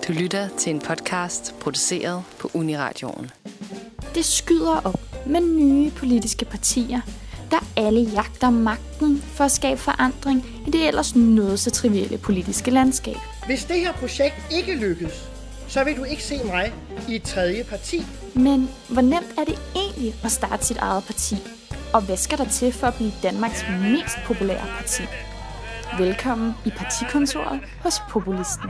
Du lytter til en podcast produceret på Uniradioen. Det skyder op med nye politiske partier, der alle jagter magten for at skabe forandring i det ellers noget så trivielle politiske landskab. Hvis det her projekt ikke lykkes, så vil du ikke se mig i et tredje parti. Men hvor nemt er det egentlig at starte sit eget parti? Og hvad skal der til for at blive Danmarks mest populære parti? Velkommen i partikontoret hos Populisten.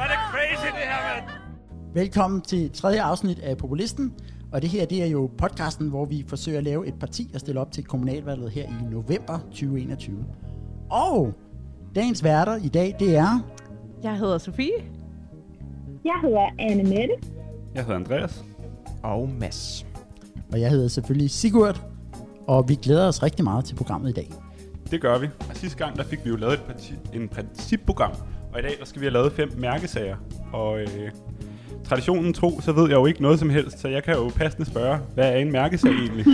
Velkommen til tredje afsnit af Populisten. Og det her, det er jo podcasten, hvor vi forsøger at lave et parti og stille op til kommunalvalget her i november 2021. Og dagens værter i dag, det er... Jeg hedder Sofie. Jeg hedder Anne-Mette. Jeg hedder Andreas. Og Mads. Og jeg hedder selvfølgelig Sigurd. Og vi glæder os rigtig meget til programmet i dag. Det gør vi. Og sidste gang, der fik vi jo lavet en principprogram. Og i dag, der skal vi have lavet 5 mærkesager. Og traditionen tro, så ved jeg jo ikke noget som helst. Så jeg kan jo passende spørge, hvad er en mærkesag egentlig?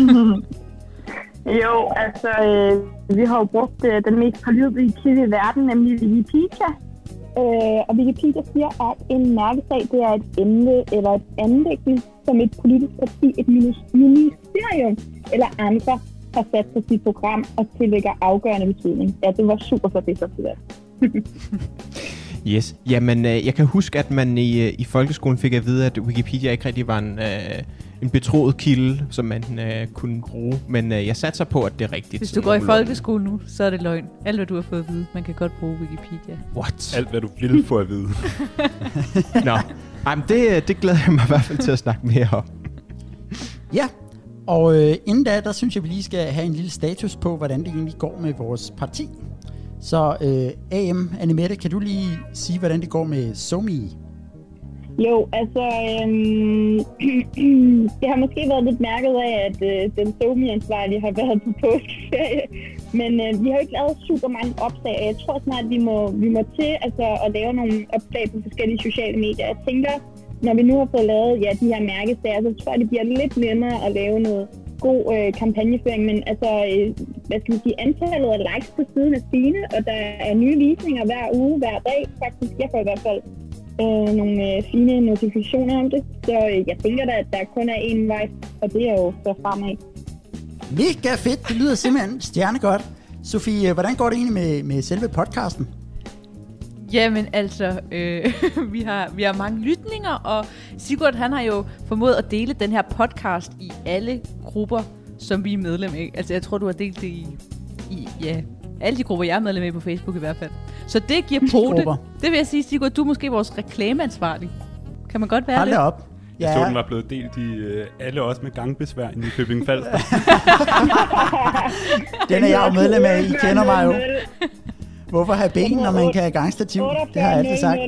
Jo, altså, vi har jo brugt den mest pålidelige kilde i verden, nemlig Wikipedia. Og Wikipedia siger, at en mærkesag, det er et emne eller et anliggende, som et politisk parti, et ministerium eller andre har sat på sit program og tillægger afgørende betydning. Ja, det var super for det, så det. Yes. Jamen, jeg kan huske, at man i folkeskolen fik at vide, at Wikipedia ikke rigtig var en betroet kilde, som man kunne bruge. Men jeg satser på, at det er rigtigt. Hvis du går i folkeskole nu, så er det løgn. Alt, hvad du har fået at vide, man kan godt bruge Wikipedia. What? Alt, hvad du vil få at vide. Nå, jamen, det glæder jeg mig i hvert fald til at snakke mere om. Ja, og inden da, der synes jeg, vi lige skal have en lille status på, hvordan det egentlig går med vores parti. Så Anne-Mette, kan du lige sige, hvordan det går med SoMe? Jo, altså, det har måske været lidt mærket af, at den SoMe-ansvarlige har været på påskeferie. Men vi har jo ikke lavet super mange opslag, og jeg tror snart, vi må til altså, at lave nogle opslag på forskellige sociale medier. Jeg tænker, når vi nu har fået lavet de her mærkesager, så tror jeg, det bliver lidt nemmere at lave noget god kampagneføring, men altså, hvad skal man sige, antallet af likes på siden er stigende, og der er nye visninger hver uge, hver dag. Faktisk, jeg får i hvert fald nogle fine notifikationer om det, så jeg tænker da, at der kun er én vej, og det er jo så fremad. Mega fedt, det lyder simpelthen stjernegodt. Sofie, hvordan går det egentlig med selve podcasten? Jamen altså, vi har mange lytninger, og Sigurd han har jo formået at dele den her podcast i alle grupper, som vi er medlem af. Altså jeg tror, du har delt det i alle de grupper, jeg er medlem af på Facebook i hvert fald. Så det giver pote. Det vil jeg sige, Sigurd, du er måske vores reklameansvarlig. Kan man godt være Hold det? Hold op. Jeg så, den var blevet delt i alle os med gangbesvær i Nykøbing Falster. Den er jeg jo medlem af, I kender mig jo. Hvorfor have ben, når man kan have gangstativ? Det har jeg altid sagt.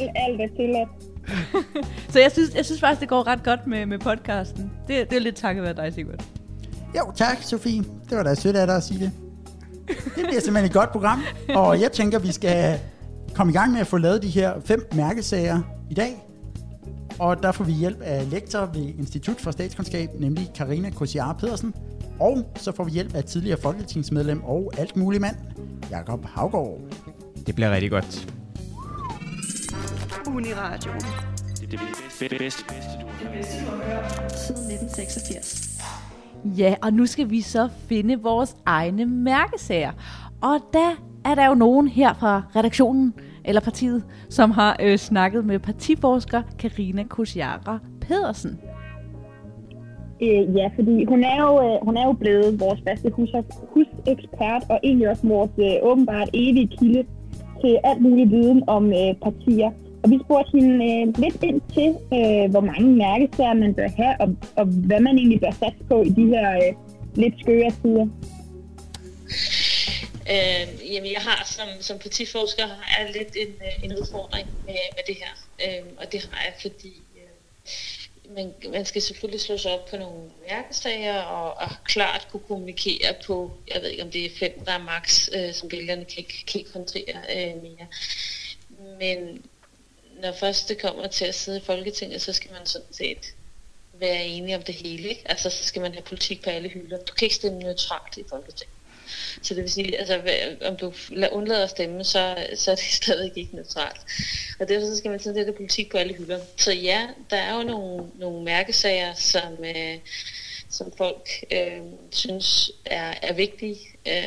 Så jeg synes faktisk, det går ret godt med podcasten. Det er lidt takket være dig, Sigurd. Jo, tak, Sofie. Det var da sødt af dig at sige det. Det bliver simpelthen et godt program, og jeg tænker, vi skal komme i gang med at få lavet de her 5 mærkesager i dag. Og der får vi hjælp af lektor ved Institut for Statskundskab, nemlig Karina Kosiara Pedersen. Og så får vi hjælp af tidligere folketingsmedlem og alt muligt mand, Jakob Haugaard. Det bliver rigtig godt. Uniradio. Det er det bedste, du har hørt. Siden 1986. Ja, og nu skal vi så finde vores egne mærkesager. Og der er der jo nogen her fra redaktionen, eller partiet, som har snakket med partiforsker Karina Kosiara Pedersen. Ja, fordi hun er jo blevet vores faste husekspert, og egentlig også vores åbenbart evige kilde til alt mulig viden om partier. Og vi spurgte hende lidt ind til, hvor mange mærkesager man bør have, og hvad man egentlig bør satse på i de her lidt skøre tider. Jamen, jeg har som partiforsker lidt en udfordring med det her. Og det har jeg, fordi man skal selvfølgelig slå sig op på nogle mærkesager og klart kunne kommunikere på, jeg ved ikke om det er 5, der er max, som vælgerne kan ikke håndtere mere. Men når først det kommer til at sidde i Folketinget, så skal man sådan set være enige om det hele, ikke? Altså så skal man have politik på alle hylder. Du kan ikke stemme neutralt i Folketinget. Så det vil sige, altså, om du undlader at stemme, så er det stadig ikke neutralt. Og derfor så skal man sådan lidt politik på alle hylder. Så ja, der er jo nogle mærkesager, som folk synes er vigtige,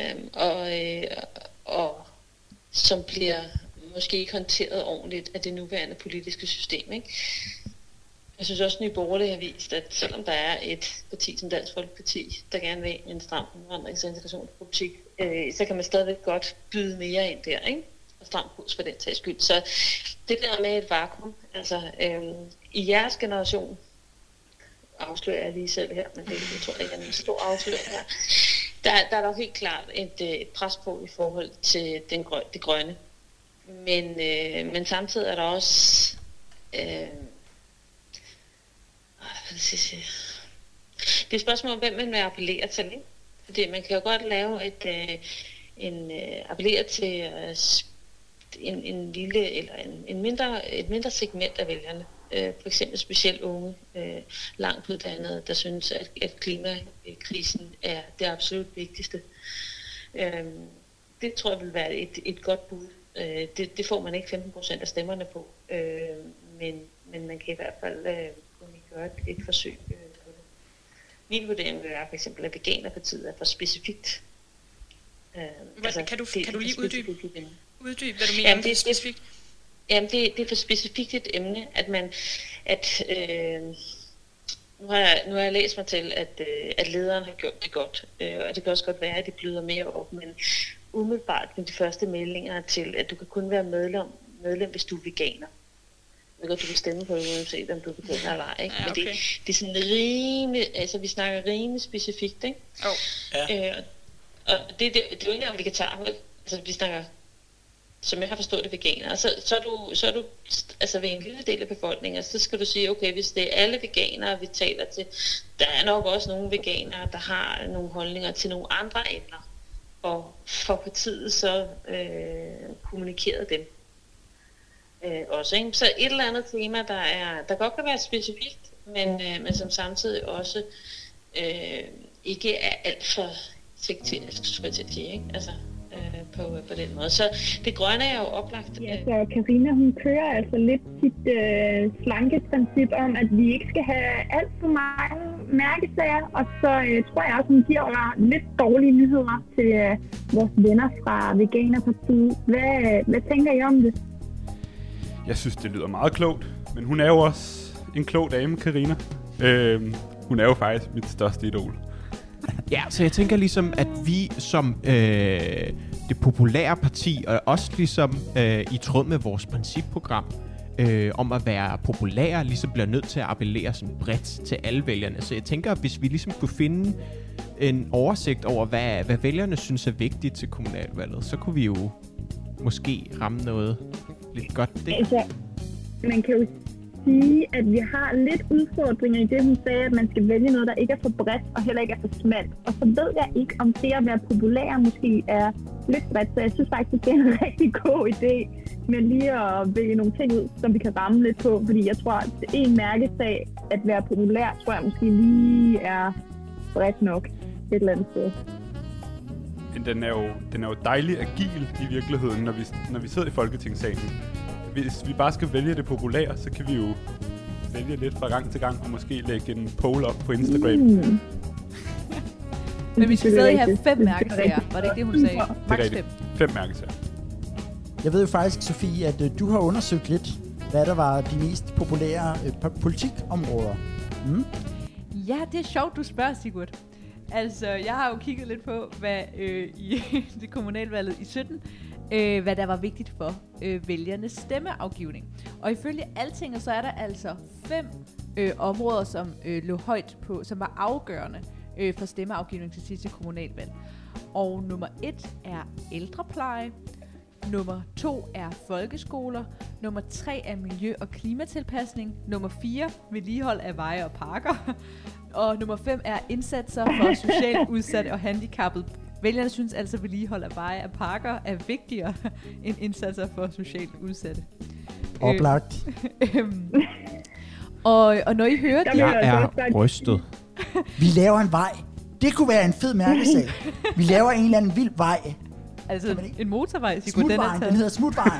og som bliver måske ikke håndteret ordentligt af det nuværende politiske system, ikke? Jeg synes også, at Nye Borgerlige har vist, at selvom der er et parti som Dansk Folkeparti, der gerne vil en stram indvandrings- og integrationspolitik, så kan man stadigvæk godt byde mere ind der, ikke? Og stram kurs for den sags skyld. Så det der med et vakuum, altså i jeres generation, afslører jeg lige selv her, men det tror jeg ikke er en stor afsløring her, der er der helt klart et pres på i forhold til det grønne. Men samtidig er der også det er et spørgsmål om, hvem man vil appellere til, ikke? Fordi man kan jo godt lave appellere til en lille eller et mindre segment af vælgerne. For eksempel specielt unge, langt uddannede, der synes, at klimakrisen er det absolut vigtigste. Det tror jeg vil være et godt bud. Det får man ikke 15% af stemmerne på, men man kan i hvert fald gøre et forsøg på det. Min vurdering vil være for eksempel, at Veganerpartiet er for specifikt. Kan du lige uddybe, hvad du mener med det specifikt? Jamen, det er for specifikt et emne, nu har jeg læst mig til, at lederen har gjort det godt, og det kan også godt være, at de bløder mere op, men umiddelbart med de første meldinger til, at du kan kun være medlem hvis du er veganer. Du kan stemme på det, uanset om du er veganer eller ej, ikke? Ja, okay. Men det er sådan rimelig, altså vi snakker rimelig specifikt, ikke? Og det er jo ikke om vi kan tage, altså vi snakker, som jeg har forstået det, veganer. Så er du altså ved en lille del af befolkningen, så skal du sige, okay, hvis det er alle veganere, vi taler til, der er nok også nogle veganere, der har nogle holdninger til nogle andre emner, og for partiet så kommunikeret dem også, ikke? Så et eller andet tema, der godt kan være specifikt, men som samtidig også ikke er alt for sekterisk, ikke? Altså på den måde. Så det grønne er jo oplagt. Ja, så Karina, hun kører altså lidt sit slankeprincip om, at vi ikke skal have alt for mange mærkesager, og så tror jeg også, hun giver lidt dårlige nyheder til vores venner fra Veganerpartiet. Hvad tænker I om det? Jeg synes, det lyder meget klogt, men hun er jo også en klog dame, Karina. Hun er jo faktisk mit største idol. Ja, så jeg tænker ligesom, at vi som det populære parti, og også ligesom i tråd med vores principprogram, om at være populære, ligesom bliver nødt til at appellere sådan bredt til alle vælgerne. Så jeg tænker, at hvis vi ligesom kunne finde en oversigt over, hvad vælgerne synes er vigtigt til kommunalvalget, så kunne vi jo måske ramme noget lidt godt. Altså, man kan jo sige, at vi har lidt udfordringer i det, hun sagde, at man skal vælge noget, der ikke er for bredt og heller ikke er for smalt. Og så ved jeg ikke, om det at være populær måske er lidt bredt, så jeg synes faktisk, det er en rigtig god idé med lige at vælge nogle ting ud, som vi kan ramme lidt på, fordi jeg tror, at en mærkesag at være populær, tror jeg måske lige er bredt nok et eller andet sted. Men den er jo dejlig agil i virkeligheden, når vi sidder i Folketingssalen. Hvis vi bare skal vælge det populære, så kan vi jo vælge lidt fra gang til gang, og måske lægge en poll op på Instagram. Men vi skal stadig have 5 mærkesager, var det ikke det, hun sagde? Det er rigtigt. 5 mærkesager. Jeg ved jo faktisk, Sofie, at du har undersøgt lidt, hvad der var de mest populære politikområder. Mm? Ja, det er sjovt, du spørger, Sigurd. Altså, jeg har jo kigget lidt på, hvad i det kommunalvalget i 17, hvad der var vigtigt for vælgernes stemmeafgivning. Og ifølge Altinget, så er der altså 5 områder, som lå højt på, som var afgørende for stemmeafgivning til sidste kommunalvalg. Og nummer 1 er ældrepleje, nummer 2 er folkeskoler, nummer 3 er miljø- og klimatilpasning, nummer 4 vedligehold af veje og parker, og nummer 5 er indsatser for socialt udsatte og handicappede. Vælgerne synes altså, at vedligehold af veje og parker er vigtigere end indsatser for socialt udsatte. Oplagt. Og når I hører det... Jeg er rystet. Vi laver en vej Det kunne være en fed mærkesag. Vi laver en eller anden vild vej. Altså en motorvej, Smutvejen, den hedder Smutvejen.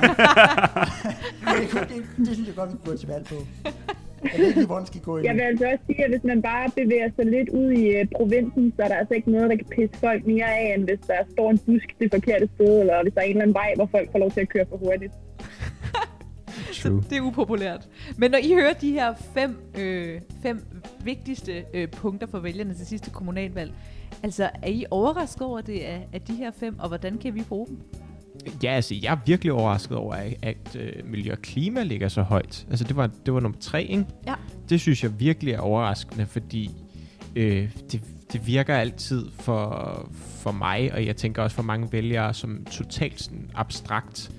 det synes jeg godt, vi kan gå til valg på. Jeg ved ikke, hvor den skal gå ind. Jeg vil altså også sige, at hvis man bare bevæger sig lidt ud i provinsen, så er der altså ikke noget, der kan pisse folk mere af, end hvis der står en busk det forkerte sted, eller hvis der er en eller anden vej, hvor folk får lov til at køre for hurtigt. Så det er upopulært. Men når I hører de her fem vigtigste punkter for vælgerne til sidste kommunalvalg, altså er I overrasket over det af de her 5, og hvordan kan vi bruge dem? Ja, altså jeg er virkelig overrasket over, at miljø og klima ligger så højt. Altså det var nummer 3, ikke? Ja. Det synes jeg virkelig er overraskende, fordi det virker altid for mig, og jeg tænker også for mange vælgere, som totalt sådan abstrakt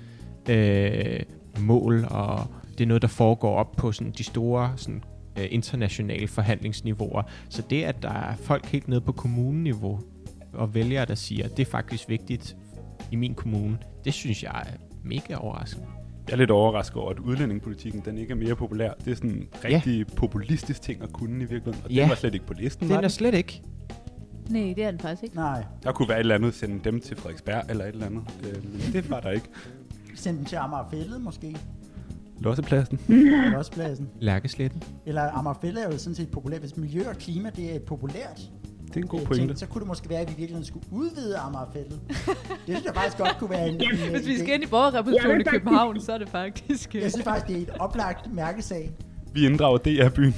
mål, og det er noget, der foregår op på sådan de store sådan, internationale forhandlingsniveauer. Så det, at der er folk helt nede på kommuneniveau og vælgere, der siger, at det er faktisk vigtigt i min kommune, det synes jeg er mega overraskende. Jeg er lidt overrasket over, at udlændingepolitikken den ikke er mere populær. Det er sådan en rigtig populistisk ting at kunne i virkeligheden, og det var slet ikke på listen. Den er slet ikke. Nej, det er den faktisk ikke. Nej. Der kunne være et eller andet, sende dem til Frederiksberg eller et eller andet, men det var der ikke. Send dem til Amagerfællet måske. Lossepladsen. Lossepladsen. Lærkesletten. Eller Amagerfællet er jo sådan set populært. Hvis miljø og klima det er populært, det er en god pointe. Så kunne det måske være, at vi virkelig skulle udvide Amagerfællet. Det synes jeg faktisk godt kunne være en hvis vi skal ind i borgerrepræsentationen i København, så er det faktisk... Jeg synes faktisk, det er et oplagt mærkesag. Vi inddrager DR-byen.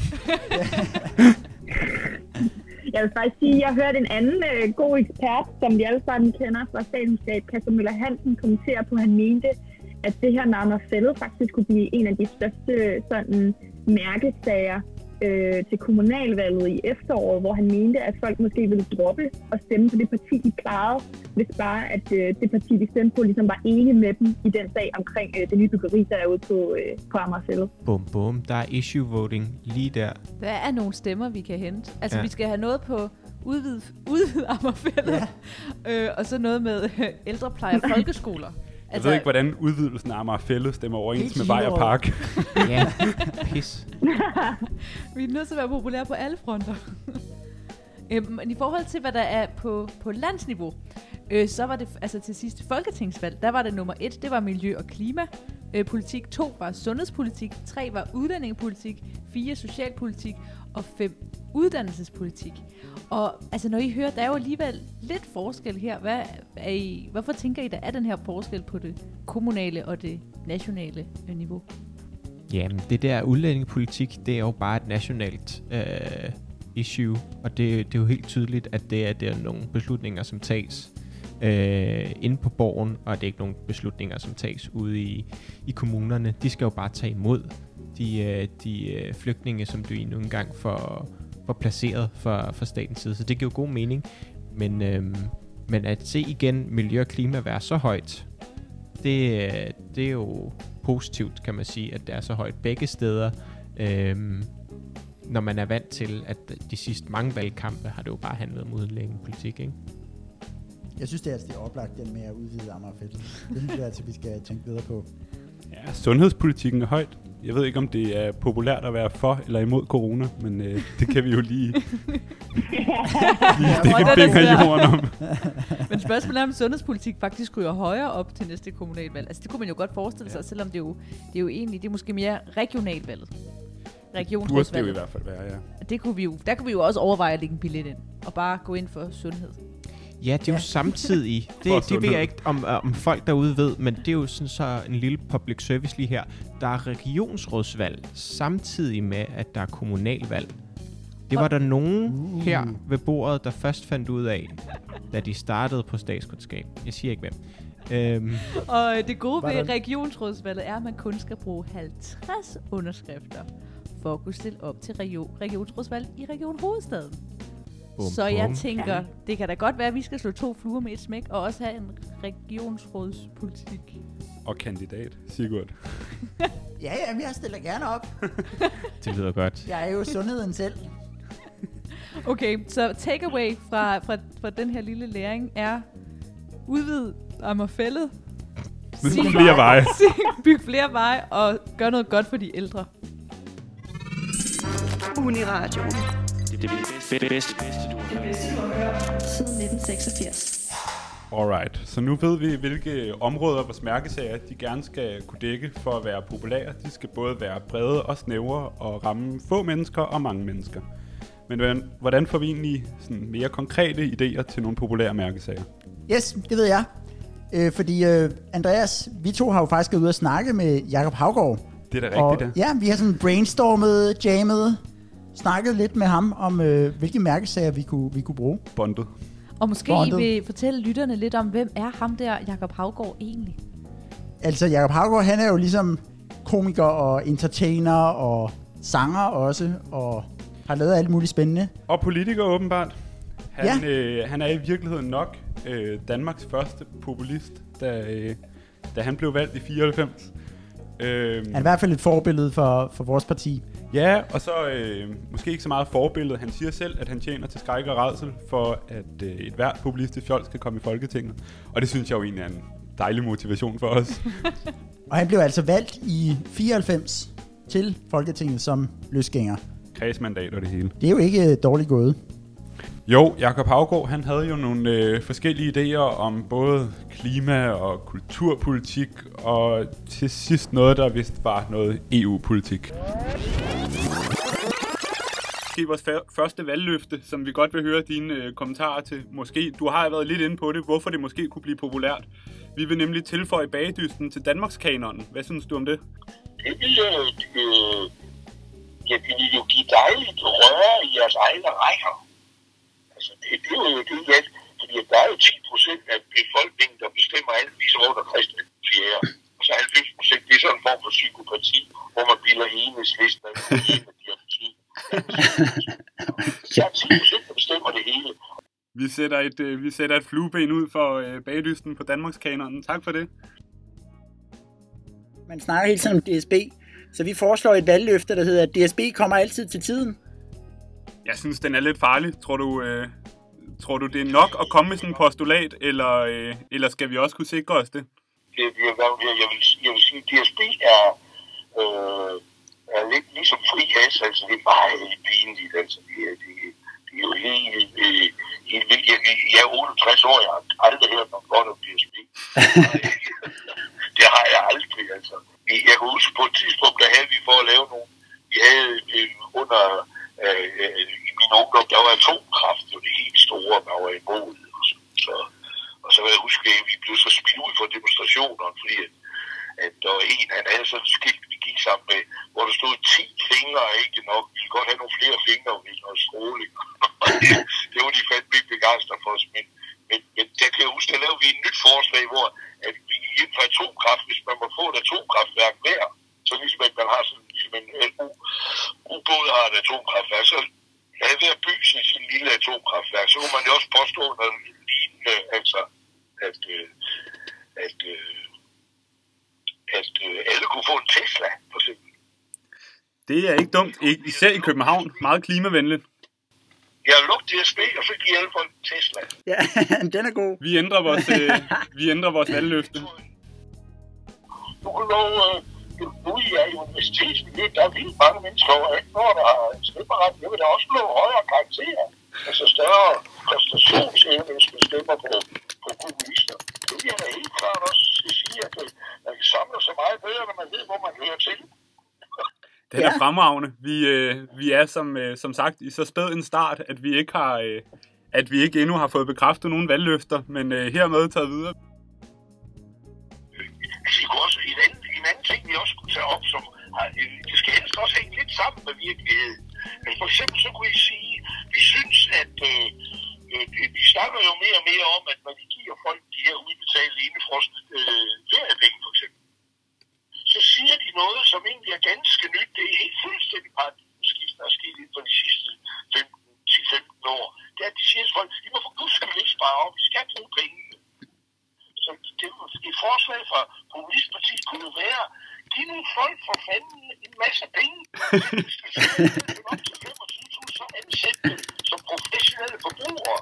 Jeg vil faktisk sige, at jeg hørte en anden god ekspert, som vi alle sammen kender fra statskundskab, Kasper Møller Hansen, kommentere på, at han mente, at det her Amagerfællet faktisk kunne blive en af de største sådan, mærkesager til kommunalvalget i efteråret, hvor han mente, at folk måske ville droppe og stemme på det parti, de plejede, hvis bare at det parti, de stemte på, ligesom var enige med dem i den sag omkring det nye byggeri, der er ude på Amagerfællet. Bum, bum. Der er issue voting lige der. Der er nogle stemmer, vi kan hente. Altså, vi skal have noget på udvidet Amagerfællet, og så noget med ældrepleje og folkeskoler. Jeg ved ikke, hvordan udvidelsen af Amagerfællet stemmer overens med Vej og Park. Ja, pis. Vi er nødt til at være populære på alle fronter. Men i forhold til, hvad der er på landsniveau, så var det altså til sidste folketingsvalg, der var det nummer 1, det var miljø- og klimapolitik, 2 var sundhedspolitik, 3 var udlændingepolitik, 4 socialpolitik og 5 uddannelsespolitik. Og altså når I hører, der er jo alligevel lidt forskel her. Hvorfor tænker I, der er den her forskel på det kommunale og det nationale niveau? Jamen, det der udlændingepolitik, det er jo bare et nationalt issue, og det er jo helt tydeligt, at det er nogle beslutninger, som tages inde på borgen, og det er ikke nogle beslutninger, som tages ude i kommunerne. De skal jo bare tage imod de flygtninge, som du nu engang får placeret fra statens side, så det giver jo god mening. Men at se igen miljø og klima være så højt, det er jo positivt, kan man sige, at det er så højt begge steder. Når man er vant til, at de sidste mange valgkampe har det jo bare handlet om udlændingepolitik, ikke? Jeg synes, det er oplagt, den med at udvide Amagerfællet. Det synes jeg altså, vi skal tænke videre på. Ja, sundhedspolitikken er højt. Jeg ved ikke, om det er populært at være for eller imod corona, men det kan vi jo lige stikke fingre i jorden om. Men spørgsmålet er, om sundhedspolitik faktisk ryger højere op til næste kommunalvalg. Altså det kunne man jo godt forestille sig, selvom det er jo egentlig, det er måske mere regionalvalget. Regionsrådsvalget. Det jo i hvert fald være, ja. Der kunne vi jo også overveje at lægge en billet ind, og bare gå ind for sundhed. Ja, det er jo samtidig. Det ved jeg ikke, om folk derude ved, men det er jo sådan så en lille public service lige her. Der er regionsrådsvalg samtidig med, at der er kommunalvalg. Det var der nogen her ved bordet, der først fandt ud af, da de startede på statskundskab. Jeg siger ikke hvem. Og det gode ved regionsrådsvalget er, at man kun skal bruge 50 underskrifter for at kunne stille op til regionsrådsvalg i Region Hovedstaden. Så jeg tænker, det kan da godt være, at vi skal slå 2 fluer med et smæk, og også have en regionsrådspolitik. Og kandidat, Sigurd. Ja, jeg stiller gerne op. Det lyder godt. Jeg er jo sundheden selv. Okay, så takeaway fra den her lille læring er udvid Amagerfællet. Byg flere veje. Byg flere veje og gør noget godt for de ældre. Uniradio. Det bedste, du har hørt siden 1986. Alright, så nu ved vi, hvilke områder vores mærkesager de gerne skal kunne dække for at være populære. De skal både være brede og snævre og ramme få mennesker og mange mennesker. Men hvordan får vi egentlig sådan mere konkrete idéer til nogle populære mærkesager? Yes, det ved jeg. Fordi Andreas, vi to har jo faktisk været ude og snakke med Jakob Haugaard. Det er da rigtigt, ja. Vi har sådan brainstormet, jammet, snakket lidt med ham om, hvilke mærkesager vi kunne bruge. Bondet. Og måske I vil fortælle lytterne lidt om, hvem er ham der, Jakob Haugaard, egentlig? Altså, Jakob Haugaard, han er jo ligesom komiker og entertainer og sanger også, og har lavet alt muligt spændende. Og politiker åbenbart. Han er i virkeligheden nok Danmarks første populist, da han blev valgt i 94. Han er i hvert fald et forbillede for vores parti. Ja, og så måske ikke så meget forbillede. Han siger selv, at han tjener til skræk og rædsel for, at et hvert populistisk fjold skal komme i Folketinget. Og det synes jeg jo egentlig er en dejlig motivation for os. Og han blev altså valgt i 94 til Folketinget som løsgænger. Kredsmandat og det hele. Det er jo ikke dårligt gået. Jo, Jakob Haugaard, han havde jo nogle forskellige idéer om både klima og kulturpolitik, og til sidst noget, der vist var noget EU-politik. Måske vores første valgløfte, som vi godt vil høre dine kommentarer til. Måske, du har været lidt inde på det, hvorfor det måske kunne blive populært. Vi vil nemlig tilføje bagedysten til Danmarkskanonen. Hvad synes du om det? Det vil jo give dejligt røre i jeres egne rækker. Altså, det er jo det, fordi der er jo 10% af befolkningen, der bestemmer alt, ligesom under Christian 4. Og så 90%, det er sådan en form for psykopati, hvor man bilder Enhedslisten af en af de her parti. Så er 10%, der bestemmer det hele. Vi sætter et flueben ud for bagdysten på Danmarkskanonen. Tak for det. Man snakker hele tiden om DSB, så vi foreslår et valgløfte, der hedder, at DSB kommer altid til tiden. Jeg synes, den er lidt farlig. Tror du, det er nok at komme med sådan en postulat, eller skal vi også kunne sikre os det? Jeg vil sige, at DSB er lidt ligesom fri has, altså det er meget pinligt, altså det er jo helt vildt. Jeg er 68 år, jeg har aldrig hørt noget godt om DSB. Det har jeg aldrig, altså. Jeg kan huske på et tidspunkt, der havde vi for at lave nogle, vi havde under i min ungdom, der var atomkraft, det var det helt store, der var imod. Og så vil jeg huske, at vi blev så smidt ud for demonstrationer, fordi at der var en, han havde sådan et skilt, vi gik sammen med, hvor der stod 10 fingre, ikke nok, vi ville godt have nogle flere fingre, hvis noget stråling. Det var de fandme ikke begejstret for os, men der kan jeg huske, der lavede vi et nyt forslag, hvor at vi gik ind for atomkraft, hvis man må få et atomkraftværk hver, så ligesom at man har sådan ligesom en ubåd har et atomkraftværk, så havde ved at bygge sin lille atomkraftværk, så kunne man jo også påstå noget lignende, altså at alle kunne få en Tesla, for eksempel. Det er ikke dumt, især i København. Meget klimavenligt. Jeg har lukket DSB, og så giver alle folk en Tesla. Ja, den er god. Vi ændrer vores valgløfte. Nu kan nu er i universitetsmiljøet, der er vildt mange mennesker over 18 år, der har stemmeret. Jeg vil da også blive højere karakterer. Altså større koncentrationsevne, hvis man stemmer på populister. Det vil jeg da helt klart også sige, at man kan samle sig meget bedre, når man ved, hvor man hører til. Den er fremragende. Vi er som sagt i så spæd en start, at vi ikke endnu har fået bekræftet nogen valgløfter, men hermed taget videre. En anden ting, vi også kunne tage op, som det skal helst også hænge lidt sammen med virkeligheden. Men for eksempel så kunne I sige, vi synes, at vi snakker jo mere og mere om, at når vi giver folk de her udbetalte indefrostende feriepenge for eksempel, så siger de noget, som egentlig er ganske nyt. Det er helt fuldstændig paradigmeskift, der er sket inden for de sidste 10-15 år. Det er, at de siger til folk, I må for guds skyld ikke spare op, vi skal bruge pengene. Så et forslag fra Populistpartiet kunne jo være, giv nogle folk for fanden en masse penge. Op til 25.000, så ansæt dem som professionelle forbrugere.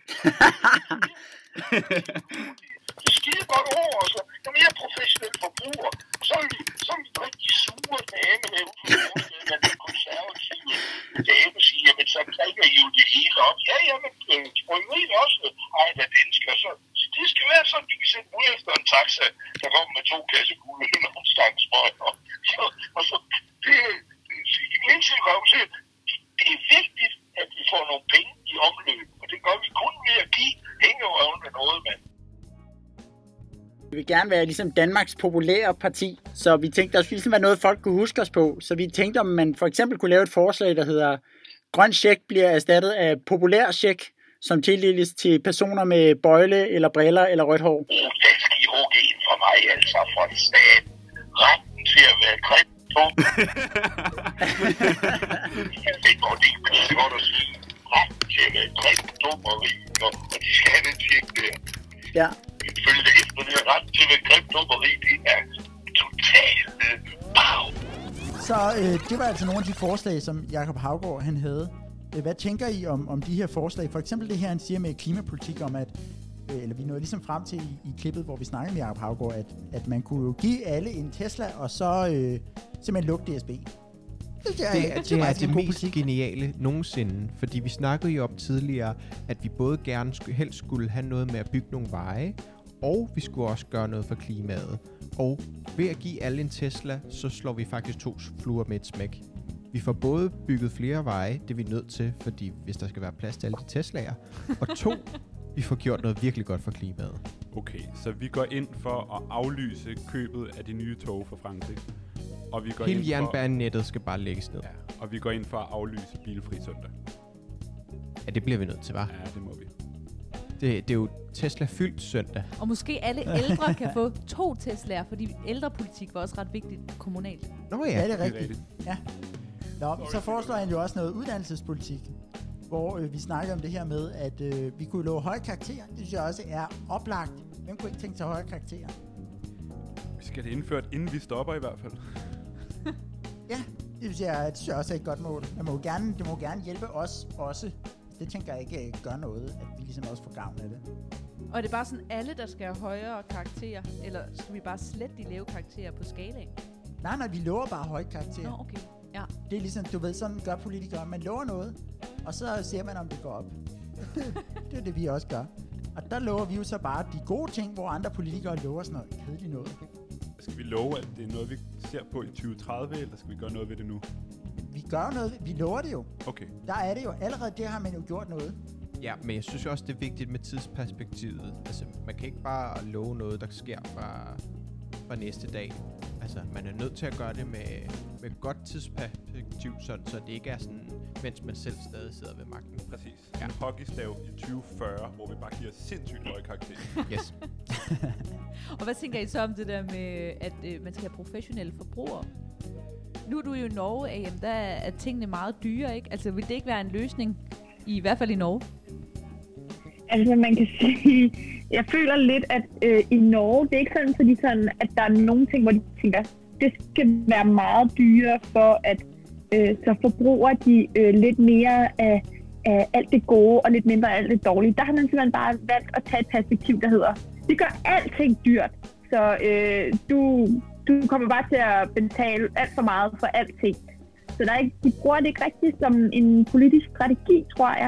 Det er skide godt ord, og så er mere professionelle forbrugere. Så er vi rigtig sure dame herude på den konservative dame siger, jamen så drikker I jo skal jo se, det er vigtigt, at vi får nogle penge i omløb, og det gør vi kun ved at give hængerøvne noget, mand. Vi vil gerne være ligesom Danmarks populære parti, så vi tænkte, der skulle ligesom være noget, folk kunne huske os på. Så vi tænkte, om man for eksempel kunne lave et forslag, der hedder grøn check bliver erstattet af populær check, som tildeles til personer med bøjle eller briller eller rødt hår. Den skal I hugge ind for mig, altså fra staten. Retten til at være grim dum. Det går det ikke, men det går der sige. Retten til at være grim dum og rig, og de skal have den check der. Ja. Ifølge det efter det her retten til at være grim dum og rig, det er totalt bav. Så det var altså nogle af de forslag, som Jakob Haugaard han havde. Hvad tænker I om de her forslag? For eksempel det her, han siger med klimapolitik om, at eller vi nåede ligesom frem til i klippet, hvor vi snakkede med Jakob Haugaard, at man kunne jo give alle en Tesla, og så simpelthen lukke DSB. Det er det mest geniale nogensinde, fordi vi snakkede jo om tidligere, at vi både gerne helst skulle have noget med at bygge nogle veje, og vi skulle også gøre noget for klimaet. Og ved at give alle en Tesla, så slår vi faktisk 2 fluer med et smæk. Vi får både bygget flere veje, det er vi nødt til, fordi hvis der skal være plads til alle de Teslaer, og 2, vi får gjort noget virkelig godt for klimaet. Okay, så vi går ind for at aflyse købet af de nye tog fra Frankrig. Og vi går hele ind jernbanenettet skal bare lægges ned. Ja, og vi går ind for at aflyse bilfri søndag. Ja, det bliver vi nødt til, hva'? Ja, det må vi. Det er jo Tesla-fyldt søndag. Og måske alle ældre kan få 2 Teslaer, fordi ældrepolitik var også ret vigtigt kommunalt. Nå ja, det er rigtigt. Ja. Nå, så foreslår han jo også noget uddannelsespolitik, hvor vi snakker om det her med, at vi kunne love høje karakterer. Det synes jeg også er oplagt. Hvem kunne ikke tænke sig høje karakterer? Vi skal det indført, inden vi stopper i hvert fald. Ja, det synes jeg også er et godt mål. Det må gerne hjælpe os også. Det tænker jeg ikke gør noget, at vi ligesom også får gavn af det. Og er det bare sådan alle, der skal have højere karakterer? Eller skal vi bare slette de lave karakterer på skalaen? Nej, vi lover bare høje karakterer. Nå, okay. Ja. Det er ligesom, du ved, sådan gør politikere. Man lover noget, og så ser man, om det går op. Det er det, vi også gør. Og der lover vi jo så bare de gode ting, hvor andre politikere lover sådan noget kedeligt noget. Skal vi love, at det er noget, vi ser på i 2030, eller skal vi gøre noget ved det nu? Vi gør noget. Vi lover det jo. Okay. Der er det jo. Allerede der har man jo gjort noget. Ja, men jeg synes også, det er vigtigt med tidsperspektivet. Altså, man kan ikke bare love noget, der sker fra næste dag. Altså, man er nødt til at gøre det med godt tidsperspektiv, så det ikke er sådan, mens man selv stadig sidder ved magten. Præcis. Ja. En hockeystav i 2040, hvor vi bare giver sindssygt høje karakterer. Yes. Og hvad tænker I så om det der med, at man skal have professionelle forbrugere? Nu er du jo i Norge, AM, der er tingene meget dyre, ikke? Altså, vil det ikke være en løsning, i hvert fald i Norge? Altså, man kan sige, jeg føler lidt, at i Norge, det er ikke sådan, at der er nogle ting, hvor de tænker, det skal være meget dyrere for, at så forbruger de lidt mere af alt det gode, og lidt mindre af alt det dårlige. Der har man simpelthen bare valgt at tage et perspektiv, der hedder, det gør alting dyrt, så du kommer bare til at betale alt for meget for alting. Så der er ikke, de bruger det ikke rigtigt som en politisk strategi, tror jeg.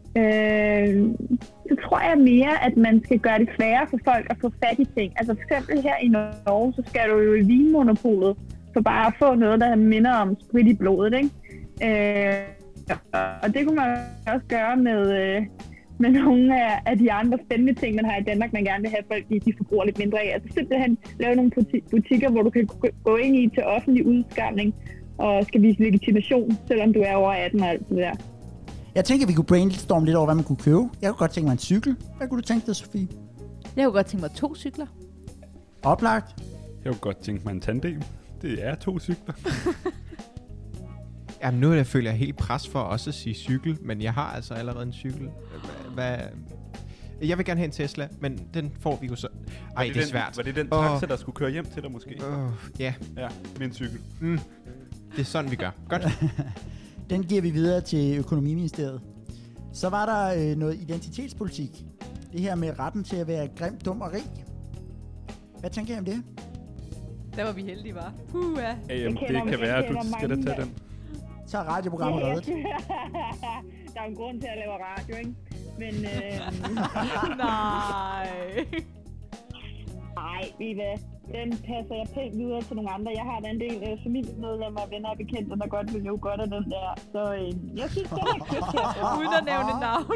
Så tror jeg mere, at man skal gøre det sværere for folk at få fat i ting. Altså for eksempel her i Norge, så skal du jo i vinmonopolet for bare at få noget, der minder om sprit i blodet, ikke? Og det kunne man også gøre med nogle af de andre spændende ting, man har i Danmark, man gerne vil have folk, de forbruger lidt mindre af. Altså simpelthen lave nogle butikker, hvor du kan gå ind i til offentlig udskamning og skal vise legitimation, selvom du er over 18 og alt det der. Jeg tænker, vi kunne brainstorme lidt over, hvad man kunne købe. Jeg kunne godt tænke mig en cykel. Hvad kunne du tænke dig, Sofie? Jeg kunne godt tænke mig 2 cykler. Oplagt. Jeg kunne godt tænke mig en tandem. Det er 2 cykler. Jamen, nu føler jeg helt pres for også at sige cykel, men jeg har altså allerede en cykel. Jeg vil gerne have en Tesla, men den får vi jo så... Ej, det er svært. Var det den taxa, der skulle køre hjem til dig måske? Ja. Ja, med en cykel. Det er sådan, vi gør. Godt. Den giver vi videre til Økonomiministeriet. Så var der noget identitetspolitik. Det her med retten til at være grim, dum og rig. Hvad tænker I om det? Der var vi heldige, var. Det kan være, at du skal da tage den. Så er radioprogrammet reddet. Der er en grund til at lave radio, ikke? Men... Nej. Nej, ved I hvad? Den passer jeg pænt videre til nogle andre. Jeg har da en del familiemedlemmer og venner og bekendte, der godt vil leve godt af den der. Så jeg synes, det er købt her. Uden at nævne navn.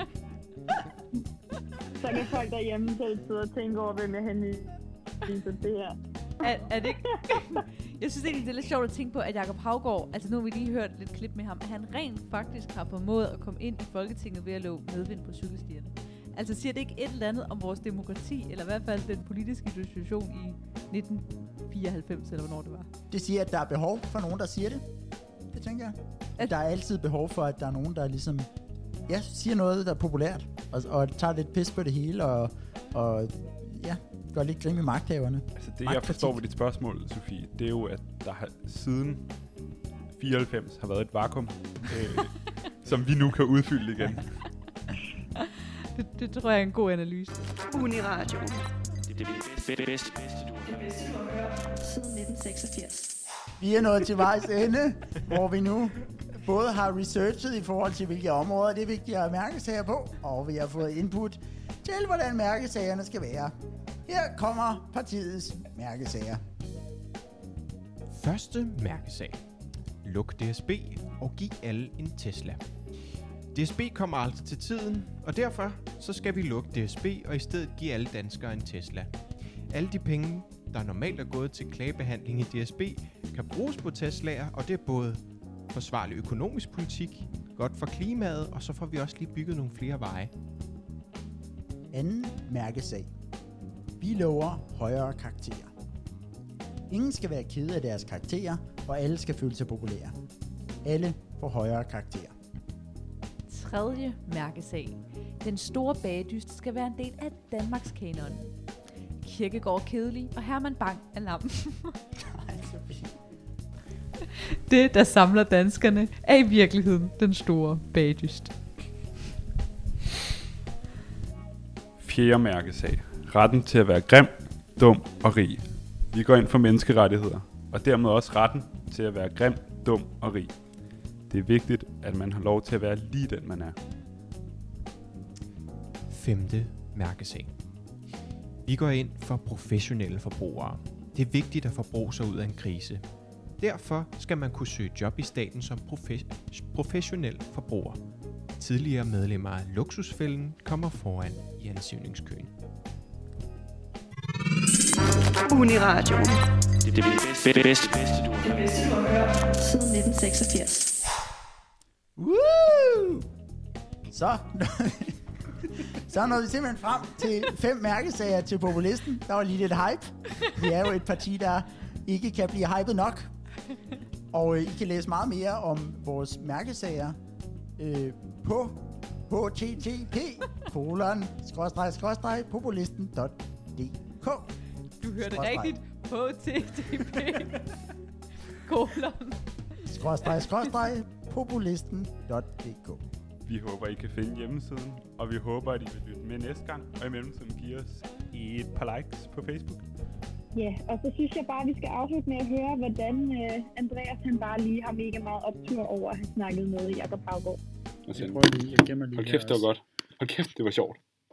Så kan folk derhjemme selv sidde og tænke over, hvem jeg henviser det her. Er det ikke? Jeg synes egentlig, det er lidt sjovt at tænke på, at Jakob Haugaard, altså nu har vi lige hørt lidt klip med ham, at han rent faktisk har formået at komme ind i Folketinget ved at love medvind på cykelstierne. Altså siger det ikke et eller andet om vores demokrati, eller i hvert fald den politiske situation i 1994, eller hvornår det var? Det siger, at der er behov for nogen, der siger det. Det tænker jeg. At der er altid behov for, at der er nogen, der ligesom siger noget, der er populært, og tager lidt pis på det hele, og gør lidt grim i magthaverne. Altså det, jeg forstår ved dit spørgsmål, Sofie, det er jo, at der har siden 94 har været et vakuum, som vi nu kan udfylde igen. Det tror jeg er en god analyse. Uniradio. Det bedste, du har hørt siden 1986. Vi er nået til vejs ende, hvor vi nu både har researchet i forhold til, hvilke områder det er vigtigt at have mærkesager på, og vi har fået input til, hvordan mærkesagerne skal være. Her kommer partiets mærkesager. Første mærkesag. Luk DSB og giv alle en Tesla. DSB kommer aldrig til tiden, og derfor så skal vi lukke DSB og i stedet give alle danskere en Tesla. Alle de penge, der normalt er gået til klagebehandling i DSB, kan bruges på Teslaer, og det er både forsvarlig økonomisk politik, godt for klimaet, og så får vi også lige bygget nogle flere veje. Anden mærkesag. Vi lover højere karakterer. Ingen skal være kede af deres karakterer, og alle skal føle sig populære. Alle får højere karakterer. Tredje mærkesag. Den store bagdyst skal være en del af Danmarks kanon. Kierkegaard kedelig, og Herman Bang er lam. Det, der samler danskerne, er i virkeligheden den store bagdyst. Fjerde mærkesag. Retten til at være grim, dum og rig. Vi går ind for menneskerettigheder, og dermed også retten til at være grim, dum og rig. Det er vigtigt, at man har lov til at være lige den, man er. Femte mærkesag. Vi går ind for professionelle forbrugere. Det er vigtigt at forbruge sig ud af en krise. Derfor skal man kunne søge job i staten som professionel forbruger. Tidligere medlemmer af Luksusfælden kommer foran i ansøgningskøen. Uniradio. Det bedste, du har hørt siden 1986. Woo! Så nåede vi simpelthen frem til 5 mærkesager til populisten. Der var lige lidt hype. Vi er jo et parti, der ikke kan blive hypet nok. Og I kan læse meget mere om vores mærkesager på http://populisten.dk. Du hørte rigtigt. http://populisten.dk. Vi håber, I kan finde hjemmesiden, og vi håber, at I vil lytte med næste gang, og i mellemtiden give os et par likes på Facebook. Ja, og så synes jeg bare, at vi skal afslutte med at høre, hvordan Andreas han bare lige har mega meget optur over at have snakket med Jakob Haugaard. Hold kæft, det var godt. Hold kæft, det var sjovt.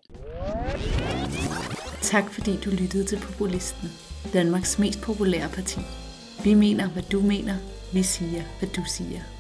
Tak fordi du lyttede til Populisten, Danmarks mest populære parti. Vi mener, hvad du mener. Vi siger, hvad du siger.